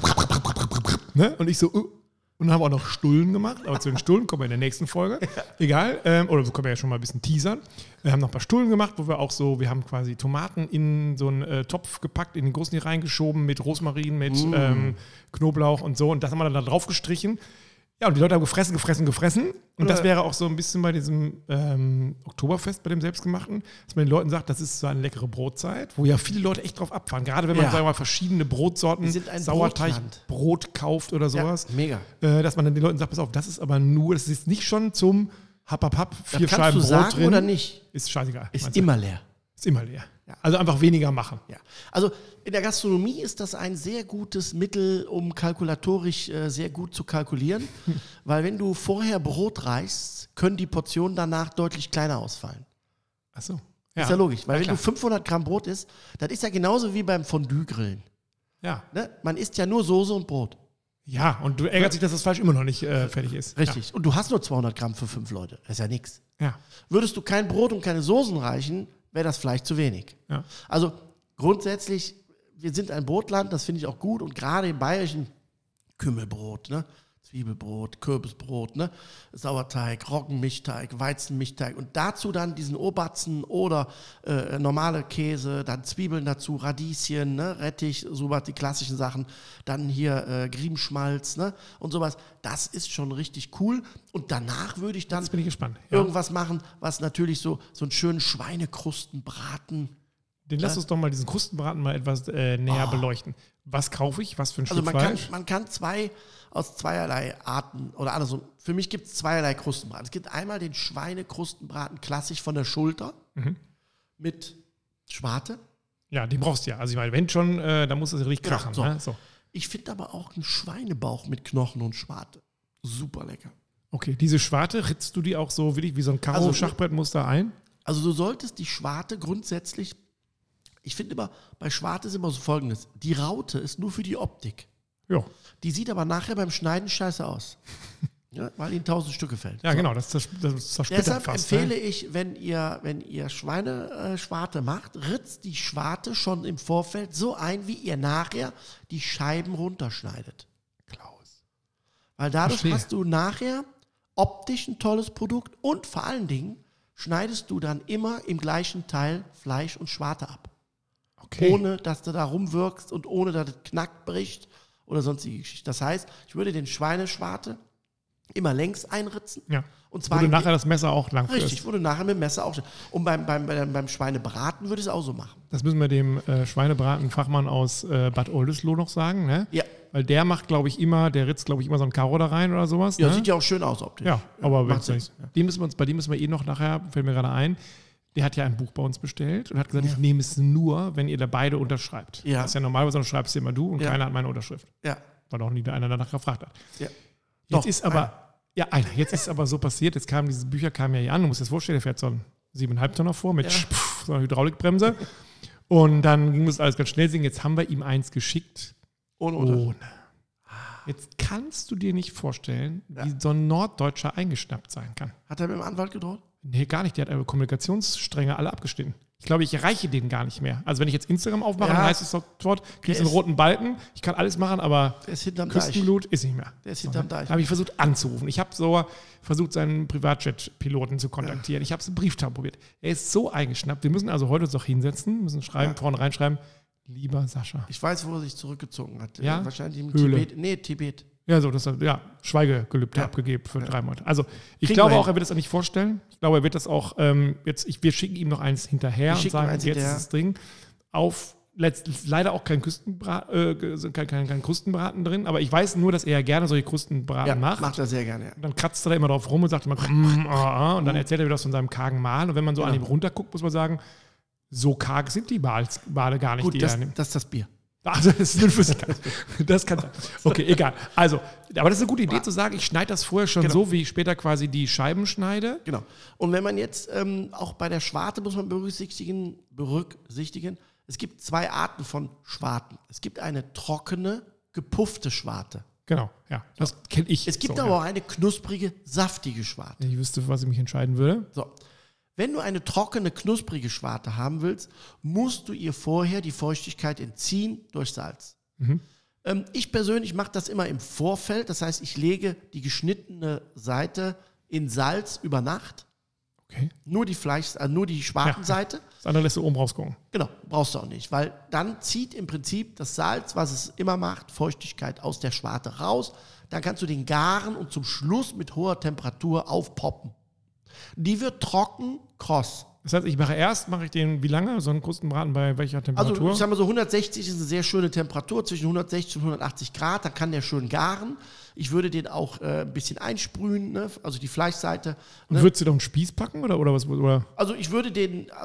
Ne? Und ich so, und dann haben wir auch noch Stullen gemacht. Aber zu den Stullen kommen wir in der nächsten Folge. Egal. Oder so können wir ja schon mal ein bisschen teasern. Wir haben noch ein paar Stullen gemacht, wo wir haben quasi Tomaten in so einen Topf gepackt, in den großen hier reingeschoben mit Rosmarin, mit Knoblauch und so. Und das haben wir dann da drauf gestrichen. Ja, und die Leute haben gefressen. Und das wäre auch so ein bisschen bei diesem Oktoberfest, bei dem Selbstgemachten, dass man den Leuten sagt, das ist so eine leckere Brotzeit, wo ja viele Leute echt drauf abfahren. Gerade wenn man sagen wir mal, verschiedene Brotsorten, Sauerteigbrot kauft oder sowas. Ja, mega. Dass man dann den Leuten sagt, pass auf, das ist nicht schon zum Happ, 4 Scheiben Brot sagen drin. Oder nicht? Ist scheißegal. Ist immer leer. Ist immer leer. Ja. Also einfach weniger machen. Ja. Also in der Gastronomie ist das ein sehr gutes Mittel, um kalkulatorisch sehr gut zu kalkulieren, weil wenn du vorher Brot reichst, können die Portionen danach deutlich kleiner ausfallen. Ach so. Ja. Ist ja logisch, weil wenn du 500 Gramm Brot isst, das ist ja genauso wie beim Fondue-Grillen. Ja. Ne? Man isst ja nur Soße und Brot. Ja, und du ärgerst dich, dass das Fleisch immer noch nicht fertig ist. Richtig. Ja. Und du hast nur 200 Gramm für 5 Leute. Das ist ja nichts. Ja. Würdest du kein Brot und keine Soßen reichen, wäre das Fleisch zu wenig. Ja. Also grundsätzlich, wir sind ein Brotland, das finde ich auch gut. Und gerade im Bayerischen Kümmelbrot, ne? Zwiebelbrot, Kürbisbrot, ne? Sauerteig, Roggenmischteig, Weizenmischteig und dazu dann diesen Oberzen oder normale Käse, dann Zwiebeln dazu, Radieschen, ne? Rettich, sowas, die klassischen Sachen, dann hier Griebenschmalz, ne? Und sowas. Das ist schon richtig cool. Und danach würde ich dann Jetzt bin ich gespannt. irgendwas machen, was natürlich so einen schönen Schweinekrustenbraten. Den lass uns doch mal diesen Krustenbraten mal etwas näher beleuchten. Was kaufe ich? Was für ein Stück Fleisch? Man kann aus zweierlei Arten oder andersrum. Für mich gibt es zweierlei Krustenbraten. Es gibt einmal den Schweinekrustenbraten klassisch von der Schulter mit Schwarte. Ja, den brauchst du ja. Also ich meine, wenn schon, dann muss es richtig krachen. So. Ne? So. Ich finde aber auch einen Schweinebauch mit Knochen und Schwarte. Super lecker. Okay, diese Schwarte, ritzt du die auch so wirklich wie so ein Karo-Schachbrettmuster ein? Also du solltest die Schwarte grundsätzlich, ich finde immer, bei Schwarte ist immer so Folgendes. Die Raute ist nur für die Optik. Ja. Die sieht aber nachher beim Schneiden scheiße aus. Ja, weil die in 1000 Stücke fällt. Ja, so. Genau, das zersplittert Deshalb fast. Empfehle ich, wenn ihr Schweineschwarte macht, ritzt die Schwarte schon im Vorfeld so ein, wie ihr nachher die Scheiben runterschneidet. Klaus. Weil dadurch hast du nachher optisch ein tolles Produkt und vor allen Dingen schneidest du dann immer im gleichen Teil Fleisch und Schwarte ab. Okay. Ohne, dass du da rumwirkst und ohne, dass es knackt, bricht oder sonstige Geschichte. Das heißt, ich würde den Schweineschwarte immer längs einritzen. Ja. Und zwar Wo du nachher das Messer auch lang richtig, führst. wo du nachher mit dem Messer auch. Und beim Schweinebraten würde ich es auch so machen. Das müssen wir dem Schweinebraten-Fachmann aus Bad Oldesloe noch sagen, ne? Ja. Weil der macht, glaube ich, der ritzt, glaube ich, immer so ein Karo da rein oder sowas. Ja, ne? sieht ja auch schön aus optisch. Ja, aber macht Sinn. bei dem müssen wir noch nachher, fällt mir gerade ein, der hat ja ein Buch bei uns bestellt und hat gesagt, ich nehme es nur, wenn ihr da beide unterschreibt. Ja. Das ist ja normalerweise, dann schreibst du immer du und keiner hat meine Unterschrift. Ja. Weil auch nie einer danach gefragt hat. Ja. Jetzt Doch, ist aber, jetzt ist aber so passiert, diese Bücher kamen ja hier an, du musst dir das vorstellen, der fährt so einen 7,5 Tonner vor mit so einer Hydraulikbremse und dann ging das alles ganz schnell singen. Jetzt haben wir ihm eins geschickt. Ohne. Jetzt kannst du dir nicht vorstellen, wie so ein Norddeutscher eingeschnappt sein kann. Hat er mit dem Anwalt gedroht? Nee, gar nicht. Der hat Kommunikationsstränge alle abgeschnitten. Ich glaube, ich erreiche den gar nicht mehr. Also wenn ich jetzt Instagram aufmache, dann heißt es sofort, kriegst einen roten Balken. Ich kann alles machen, aber der ist hinterm Küstenblut ist nicht mehr. Der ist hinterm Deich. Da habe ich versucht anzurufen. Ich habe so versucht, seinen Privatjet-Piloten zu kontaktieren. Ich habe es im Brieftag probiert. Er ist so eingeschnappt. Wir müssen also heute uns noch hinsetzen, müssen schreiben, vorne reinschreiben, lieber Sascha. Ich weiß, wo er sich zurückgezogen hat. Ja? Wahrscheinlich im Höhle. Tibet. Nee, Tibet. Ja, so, das hat Schweigegelübde abgegeben für 3 Monate. Also ich Kriegen glaube wir auch, er wird das auch nicht vorstellen. Ich glaube, er wird das auch wir schicken ihm noch eins hinterher und sagen, jetzt ist es drin. Leider auch kein Krustenbraten drin, aber ich weiß nur, dass er gerne solche Krustenbraten macht. Macht er sehr gerne, ja. Dann kratzt er da immer drauf rum und sagt immer, und dann erzählt er wieder was von seinem kargen Mahl. Und wenn man so an ihm runterguckt, muss man sagen, so karg sind die Wale gar nicht. Gut, das ist das Bier. Also das ist nur Flüssigkeit. Das kann sein. Okay, egal. Also, aber das ist eine gute Idee zu sagen, ich schneide das vorher schon so, wie ich später quasi die Scheiben schneide. Genau. Und wenn man jetzt auch bei der Schwarte muss man berücksichtigen, es gibt 2 Arten von Schwarten. Es gibt eine trockene, gepuffte Schwarte. Genau, ja. Das kenne ich. Es gibt aber auch eine knusprige, saftige Schwarte. Ich wüsste, was ich mich entscheiden würde. So. Wenn du eine trockene, knusprige Schwarte haben willst, musst du ihr vorher die Feuchtigkeit entziehen durch Salz. Ich persönlich mache das immer im Vorfeld. Das heißt, ich lege die geschnittene Seite in Salz über Nacht. Okay. Nur die Schwartenseite. Das andere lässt du oben rausgucken. Genau, brauchst du auch nicht, weil dann zieht im Prinzip das Salz, was es immer macht, Feuchtigkeit aus der Schwarte raus. Dann kannst du den garen und zum Schluss mit hoher Temperatur aufpoppen. Die wird trocken, kross. Das heißt, mache ich den, wie lange? So einen Krustenbraten bei welcher Temperatur? Also ich sag mal so 160 ist eine sehr schöne Temperatur, zwischen 160 und 180 Grad, da kann der schön garen. Ich würde den auch ein bisschen einsprühen, ne? Also die Fleischseite. Und würdest du da einen Spieß packen oder was? Oder? Also ich würde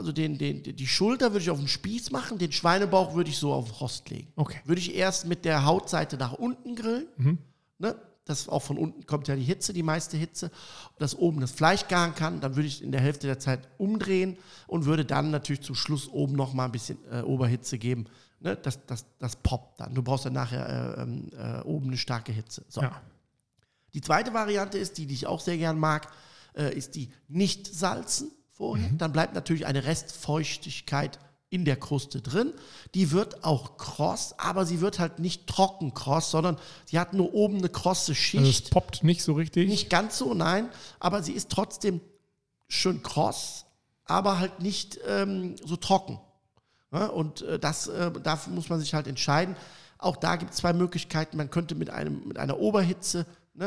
die Schulter würde ich auf den Spieß machen, den Schweinebauch würde ich so auf den Rost legen. Okay. Würde ich erst mit der Hautseite nach unten grillen, ne? Das auch von unten kommt ja die meiste Hitze, dass oben das Fleisch garen kann. Dann würde ich in der Hälfte der Zeit umdrehen und würde dann natürlich zum Schluss oben noch mal ein bisschen Oberhitze geben. Ne? Das poppt dann. Du brauchst dann nachher oben eine starke Hitze. So. Ja. Die zweite Variante ist, die ich auch sehr gern mag, ist die nicht salzen vorher. Dann bleibt natürlich eine Restfeuchtigkeit in der Kruste drin. Die wird auch kross, aber sie wird halt nicht trocken kross, sondern sie hat nur oben eine krosse Schicht. Also es poppt nicht so richtig? Nicht ganz so, nein, aber sie ist trotzdem schön kross, aber halt nicht so trocken. Ja, und dafür muss man sich halt entscheiden. Auch da gibt es 2 Möglichkeiten. Man könnte mit einer Oberhitze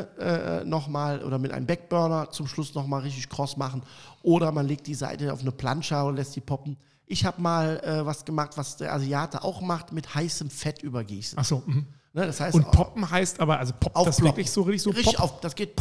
nochmal oder mit einem Backburner zum Schluss nochmal richtig kross machen. Oder man legt die Seite auf eine Plancha und lässt die poppen. Ich habe mal was gemacht, was der Asiate auch macht, mit heißem Fett übergießen. Ach so. Ne, das heißt, und poppen heißt aber, also poppt das wirklich so richtig so? Richtig auf, das geht,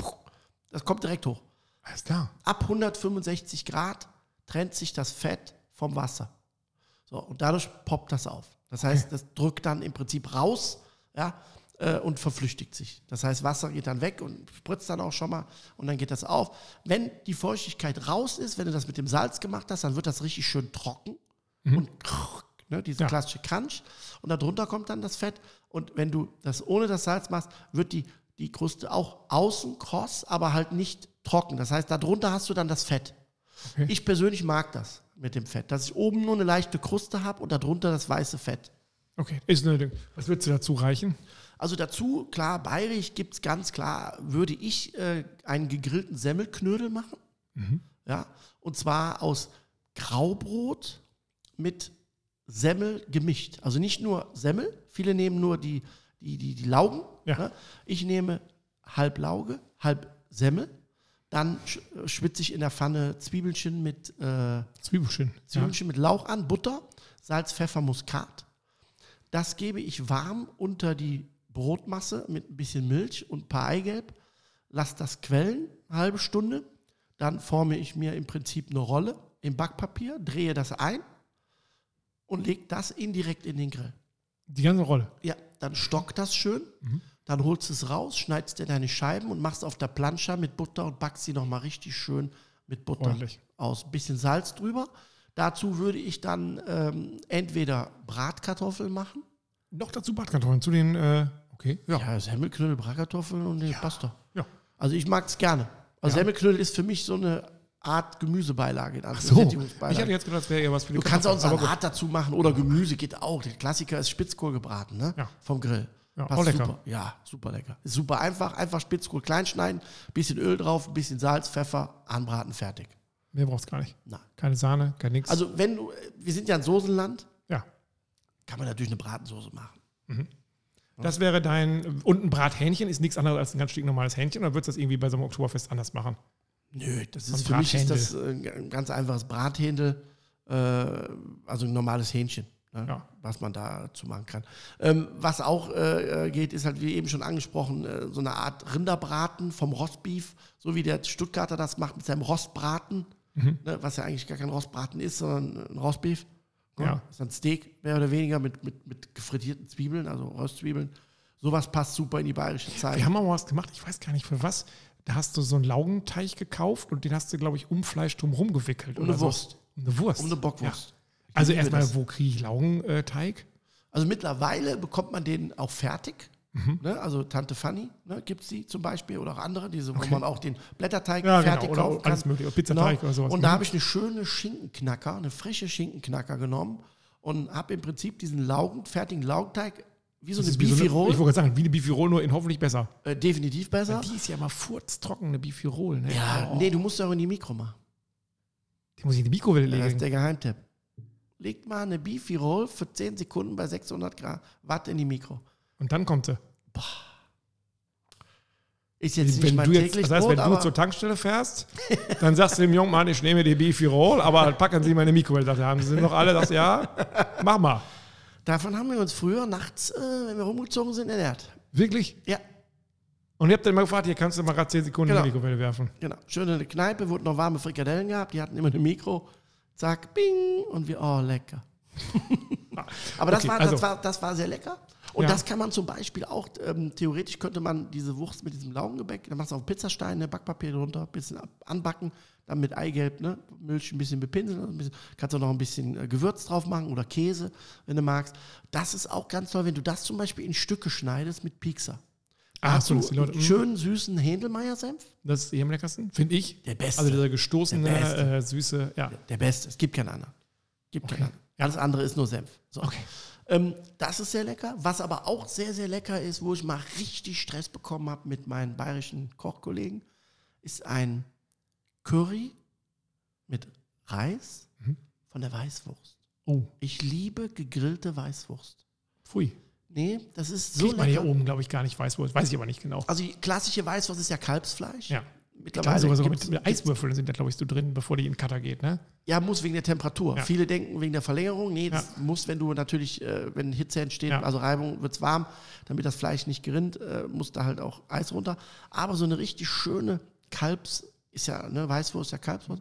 das kommt direkt hoch. Alles klar. Ab 165 Grad trennt sich das Fett vom Wasser. So, und dadurch poppt das auf. Das heißt, das drückt dann im Prinzip raus, ja, und verflüchtigt sich. Das heißt, Wasser geht dann weg und spritzt dann auch schon mal und dann geht das auf. Wenn die Feuchtigkeit raus ist, wenn du das mit dem Salz gemacht hast, dann wird das richtig schön trocken und diese klassische Crunch und darunter kommt dann das Fett und wenn du das ohne das Salz machst, wird die Kruste auch außen kross, aber halt nicht trocken. Das heißt, darunter hast du dann das Fett. Okay. Ich persönlich mag das mit dem Fett, dass ich oben nur eine leichte Kruste habe und darunter das weiße Fett. Okay, was würdest du dazu reichen? Also dazu, klar, bayerisch gibt es ganz klar, würde ich einen gegrillten Semmelknödel machen. Ja, und zwar aus Graubrot mit Semmel gemischt. Also nicht nur Semmel, viele nehmen nur die die Laugen. Ja. Ne? Ich nehme halb Lauge, halb Semmel. Dann schwitze ich in der Pfanne Zwiebelchen mit mit Lauch an, Butter, Salz, Pfeffer, Muskat. Das gebe ich warm unter die Brotmasse mit ein bisschen Milch und ein paar Eigelb. Lass das quellen, eine halbe Stunde. Dann forme ich mir im Prinzip eine Rolle im Backpapier, drehe das ein und lege das indirekt in den Grill. Die ganze Rolle? Ja, dann stockt das schön. Dann holst du es raus, schneidest dir deine Scheiben und machst auf der Plancha mit Butter und backst sie nochmal richtig schön mit Butter Ordentlich aus. Ein bisschen Salz drüber. Dazu würde ich dann entweder Bratkartoffeln machen. Noch dazu Bratkartoffeln, zu den, okay. Ja, Semmelknödel, Bratkartoffeln und den Pasta. Ja. Also ich mag es gerne. Also Semmelknödel ist für mich so eine Art Gemüsebeilage. Ach so, ich hatte jetzt gedacht, das wäre eher was für die Du kannst auch einen Salat dazu machen oder Gemüse, geht auch. Der Klassiker ist Spitzkohl gebraten, ne? Ja. Vom Grill. Ja, Passt auch lecker. Super. Ja, super lecker. Ist super einfach Spitzkohl klein schneiden, bisschen Öl drauf, ein bisschen Salz, Pfeffer, anbraten, fertig. Mehr brauchst du gar nicht. Nein. Keine Sahne, kein nix. Also wir sind ja ein Soßenland, ja. kann man natürlich eine Bratensoße machen. Das wäre und ein Brathähnchen ist nichts anderes als ein ganz stinknormales Hähnchen, oder würdest du das irgendwie bei so einem Oktoberfest anders machen? Nö, das Ein ist für mich ist das Brathändel. ein ganz einfaches Brathändel, also ein normales Hähnchen, ne, Ja. was man dazu machen kann. Was auch geht, ist halt, wie eben schon angesprochen, so eine Art Rinderbraten vom Rostbeef, so wie der Stuttgarter das macht mit seinem Rostbraten, ne, was ja eigentlich gar kein Rostbraten ist, sondern ein Rostbeef. Ne? Ja. Das ist ein Steak, mehr oder weniger, mit gefrittierten Zwiebeln, also Röstzwiebeln. Sowas passt super in die bayerische Zeit. Wir haben mal was gemacht, ich weiß gar nicht für was. Da hast du so einen Laugenteig gekauft und den hast du, glaube ich, um Fleisch drumherum gewickelt. Um oder eine so. Wurst. Um eine Wurst. Um eine Bockwurst. Ja. Also liebe erstmal, das. wo kriege ich Laugenteig? Also mittlerweile bekommt man den auch fertig. Ne? Also Tante Fanny, ne, gibt es die zum Beispiel oder auch andere, wo man auch den Blätterteig fertig oder kaufen kann. alles mögliche, Pizzateig oder sowas. Und da habe ich eine schöne Schinkenknacker, eine frische Schinkenknacker genommen und habe im Prinzip diesen fertigen Laugenteig wie so eine Beefy Roll. Ich wollte gerade sagen, wie eine Beefy Roll, nur in hoffentlich besser. Definitiv besser. Die ist ja immer furztrocken, eine Beefy Roll. Ne? Ja, nee, du musst ja auch in die Mikro machen. Die muss ich in die Mikrowelle Das ist legen. der Geheimtipp. Legt mal eine Beefy Roll für 10 Sekunden bei 600 Watt in die Mikro. Und dann kommt sie. Ist jetzt nicht Wenn mein du jetzt, täglich das heißt, Brot, wenn du aber zur Tankstelle fährst, dann sagst du dem jungen Mann, ich nehme die Beefy Roll, aber packen Sie meine Mikrowelle. Sagt er, haben Sie noch alle? Sagst du, ja, mach mal. davon haben wir uns früher nachts, wenn wir rumgezogen sind, ernährt. Wirklich? Ja, Und ihr habt dann mal gefragt, hier kannst du mal gerade 10 Sekunden in die Mikrowelle werfen. genau. Schön in der Kneipe, wurden noch warme Frikadellen gehabt, die hatten immer eine Mikro. Zack, bing, und wir, oh, lecker. Aber das, Okay, das war sehr lecker. Und Ja. das kann man zum Beispiel auch, theoretisch könnte man diese Wurst mit diesem Laugengebäck, dann machst du auf Pizzasteine, Backpapier drunter, ein bisschen anbacken, dann mit Eigelb, ne, Milch ein bisschen bepinseln, kannst du noch ein bisschen Gewürz drauf machen oder Käse, wenn du magst. Das ist auch ganz toll, wenn du das zum Beispiel in Stücke schneidest mit Piekser. Ach Hast so, du dass die Leute, einen schönen, süßen Händelmeier-Senf? das ist eh am leckersten, finde ich. Der Beste. Also dieser gestoßene, Der Beste. süße, ja. Der Beste, es gibt keinen anderen. Gibt keinen anderen. Alles andere ist nur Senf. So. Okay. Das ist sehr lecker. Was aber auch sehr, sehr lecker ist, wo ich mal richtig Stress bekommen habe mit meinen bayerischen Kochkollegen, ist ein Curry mit Reis von der Weißwurst. Oh, Ich liebe gegrillte Weißwurst. pfui. Nee, das ist so Kriegt man hier lecker. oben, glaube ich, gar nicht Weißwurst. Weiß ich aber nicht genau. Also die klassische Weißwurst ist ja Kalbsfleisch. Ja. Ich glaube Mittlerweile sogar gibt's- mit Eiswürfeln sind da, glaube ich, so drin, bevor die in den Cutter geht, ne? Ja, muss wegen der Temperatur. Ja. Viele denken wegen der Verlängerung. Nee, das Ja. muss, wenn du natürlich, wenn Hitze entsteht, Ja. also Reibung, wird es warm, damit das Fleisch nicht gerinnt, muss da halt auch Eis runter. Aber so eine richtig schöne ist ja, ne, Weißwurst, ja Kalbswurst,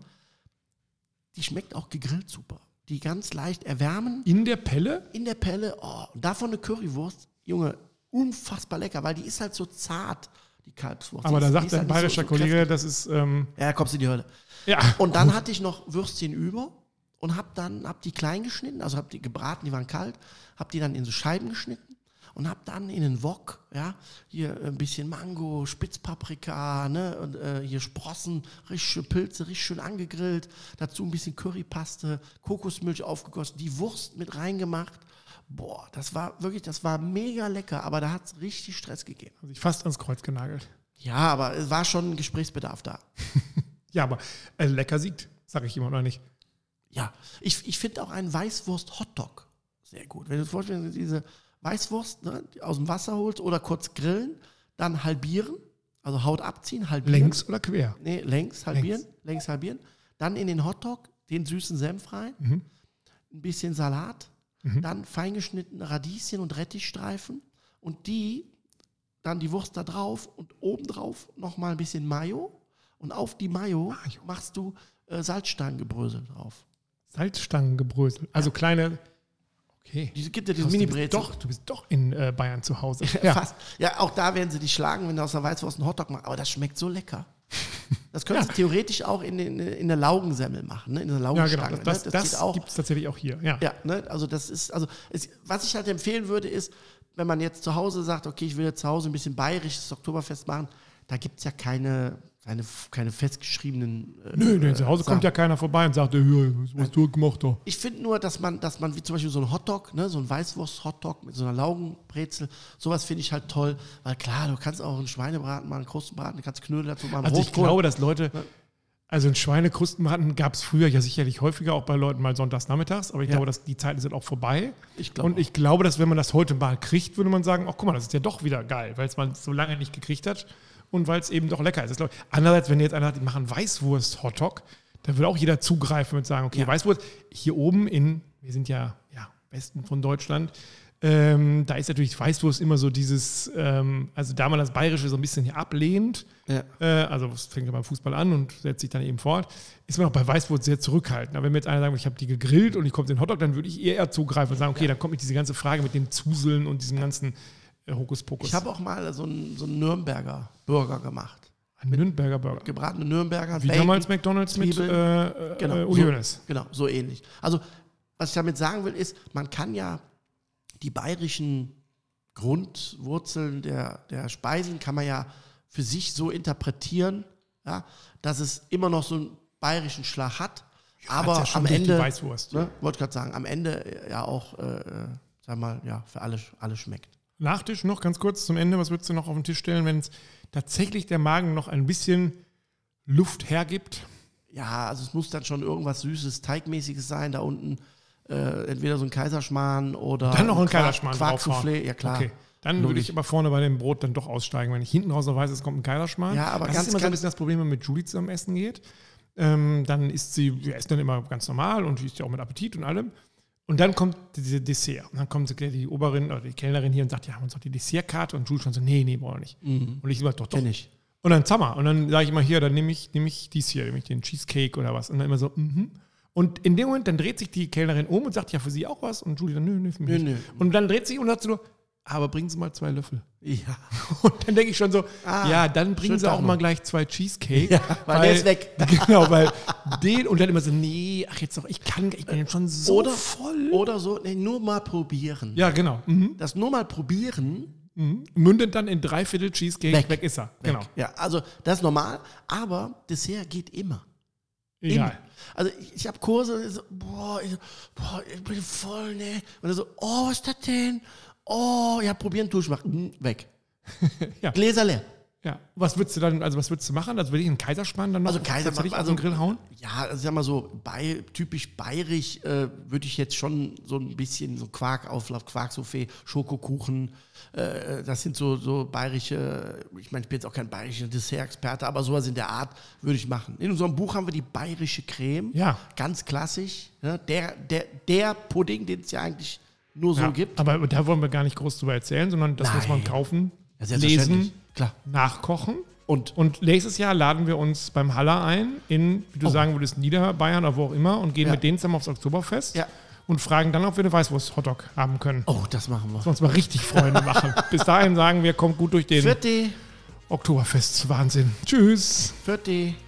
die schmeckt auch gegrillt super. Die ganz leicht erwärmen In der Pelle? in der Pelle. Oh, und davon eine Currywurst, Junge, unfassbar lecker, weil die ist halt so zart, die Kalbswurst. Aber Die da ist- die sagt ist dein halt nicht bayerischer so Kollege, kräftig. das ist, Ja, da kommst du in die Hölle. ja. Und dann hatte ich noch Würstchen über und hab die klein geschnitten, also hab die gebraten, die waren kalt, hab die dann in so Scheiben geschnitten und hab dann in den Wok, ja, hier ein bisschen Mango, Spitzpaprika, ne, und hier Sprossen, richtig schön Pilze, richtig schön angegrillt, dazu ein bisschen Currypaste, Kokosmilch aufgegossen, die Wurst mit reingemacht. Boah, das war mega lecker, aber da hat es richtig Stress gegeben. Sich fast ans Kreuz genagelt. Ja, aber es war schon Gesprächsbedarf da. Ja, aber lecker siegt, sage ich immer noch nicht. Ja, ich finde auch einen Weißwurst-Hotdog sehr gut. Wenn du dir vorstellst, diese Weißwurst, ne, aus dem Wasser holst oder kurz grillen, dann halbieren, also Haut abziehen, halbieren. Längs oder quer? Nee, längs halbieren. Dann in den Hotdog den süßen Senf rein, ein bisschen Salat, dann feingeschnittene Radieschen und Rettichstreifen und dann die Wurst da drauf und obendrauf nochmal ein bisschen Mayo und auf die Mayo machst du Salzstangengebrösel drauf. Salzstangengebrösel, also kleine... Okay. Gibt ja diese Mini-Brezel. Du bist doch in Bayern zu Hause. Ja. Fast. Ja, auch da werden sie dich schlagen, wenn du aus der Weißwurst einen Hotdog machst. Aber das schmeckt so lecker. Das könntest du theoretisch auch in der Laugensemmel machen, ne? In der Laugenstange. Ja, genau. Das gibt es tatsächlich auch hier. Ja, ne? Also was ich halt empfehlen würde, ist, wenn man jetzt zu Hause sagt, okay, ich will jetzt zu Hause ein bisschen bayerisches Oktoberfest machen, da gibt es ja keine festgeschriebenen. Nö, zu Hause kommt ja keiner vorbei und sagt, was du gemacht hast. Ich finde nur, dass man wie zum Beispiel so ein Hotdog, ne, so ein Weißwurst-Hotdog mit so einer Laugenbrezel, sowas finde ich halt toll, weil klar, du kannst auch einen Schweinebraten machen, einen Krustenbraten, du kannst Knödel dazu machen. Also ich glaube, dass Leute, also einen Schweinekrustenbraten gab es früher ja sicherlich häufiger, auch bei Leuten mal sonntags nachmittags, aber ich glaube, dass die Zeiten sind auch vorbei. Ich glaube, dass wenn man das heute mal kriegt, würde man sagen, ach guck mal, das ist ja doch wieder geil, weil es man so lange nicht gekriegt hat. Und weil es eben doch lecker ist. Andererseits, wenn jetzt einer sagt, die machen Weißwurst-Hotdog, dann würde auch jeder zugreifen und sagen, okay, Weißwurst, hier oben wir sind ja Westen von Deutschland, da ist natürlich Weißwurst immer so dieses, also da man das Bayerische so ein bisschen hier ablehnt, also es fängt ja beim Fußball an und setzt sich dann eben fort, ist man auch bei Weißwurst sehr zurückhaltend. Aber wenn mir jetzt einer sagt, ich habe die gegrillt und ich komme den Hotdog, dann würde ich eher zugreifen und sagen, okay, dann kommt mir diese ganze Frage mit dem Zuseln und diesem ganzen Hokuspokus. Ich habe auch mal so einen Nürnberger Burger gemacht. Ein Nürnberger Burger? Gebratene Nürnberger. Wie damals McDonald's Zwiebeln, mit Uli Hoeneß. Genau, so ähnlich. Also, was ich damit sagen will, ist, man kann ja die bayerischen Grundwurzeln der Speisen kann man ja für sich so interpretieren, ja, dass es immer noch so einen bayerischen Schlag hat. Ja, aber ja am Ende, Weißwurst, ne, wollte ich gerade sagen, am Ende ja auch, sag mal, ja, für alle schmeckt. Nachtisch noch ganz kurz zum Ende. Was würdest du noch auf den Tisch stellen, wenn es tatsächlich der Magen noch ein bisschen Luft hergibt? Ja, also es muss dann schon irgendwas Süßes, Teigmäßiges sein. Da unten entweder so ein Kaiserschmarrn oder dann noch ein Kaiserschmarrn Quarksoufflé. Ja, klar. Okay. Dann würde ich aber vorne bei dem Brot dann doch aussteigen, wenn ich hinten raus noch weiß, es kommt ein Kaiserschmarrn. Ja, aber das ist immer so ein bisschen das Problem, wenn man mit Julie zusammen essen geht. Dann isst wir essen dann immer ganz normal und die isst ja auch mit Appetit und allem. Und dann kommt diese Dessert. Und dann kommt die Oberin oder die Kellnerin hier und sagt, ja, haben wir uns doch die Dessertkarte. Und Jules schon so, nee, brauchen wir nicht. Und ich immer, doch. Nicht. Und dann Zammer. Und dann sage ich immer, hier, dann nehme ich dies hier, nehme ich den Cheesecake oder was. Und dann immer so, Und in dem Moment, dann dreht sich die Kellnerin um und sagt, ja, für Sie auch was? Und Julie dann, nö, für mich nicht. Und dann dreht sich und sagt so, aber bringen Sie mal 2 Löffel. Ja. Und dann denke ich schon so, dann bringen Sie auch mal gleich 2 Cheesecake. Ja, weil der ist weg. Genau, weil und dann immer so, nee, ach jetzt doch, ich bin jetzt schon so voll. Oder so, nee, nur mal probieren. Ja, genau. Das nur mal probieren. Mündet dann in 3/4 Cheesecake, weg ist er. Genau. Ja, also das ist normal, aber Dessert geht immer. Egal. Immer. Also ich habe Kurse, so, ich bin voll, ne? Und dann so, was ist das denn? Ja, probieren, durchmachen, weg. Ja. Gläser leer. Ja. Was würdest du machen? Also will ich einen Kaiserschmarrn dann noch auf den Grill hauen? Ja, also sag mal so, typisch bayerisch würde ich jetzt schon so ein bisschen so Quarkauflauf, Quarksoufflé, Schokokuchen, das sind so bayerische, ich meine, ich bin jetzt auch kein bayerischer Dessert-Experte, aber sowas in der Art würde ich machen. In unserem Buch haben wir die bayerische Creme, ganz klassisch, ne? Der Pudding, den es ja eigentlich nur so gibt. Aber da wollen wir gar nicht groß drüber erzählen, sondern das muss man kaufen, lesen, nachkochen. Und nächstes Jahr laden wir uns beim Haller ein, wie du sagen würdest, Niederbayern oder wo auch immer, und gehen mit denen zusammen aufs Oktoberfest und fragen dann, ob wir eine Weißwurst-Hotdog haben können. Oh, das machen wir. Dass wir uns mal richtig Freunde machen. Bis dahin sagen wir, kommt gut durch den Oktoberfest. Wahnsinn. Tschüss. Vierte.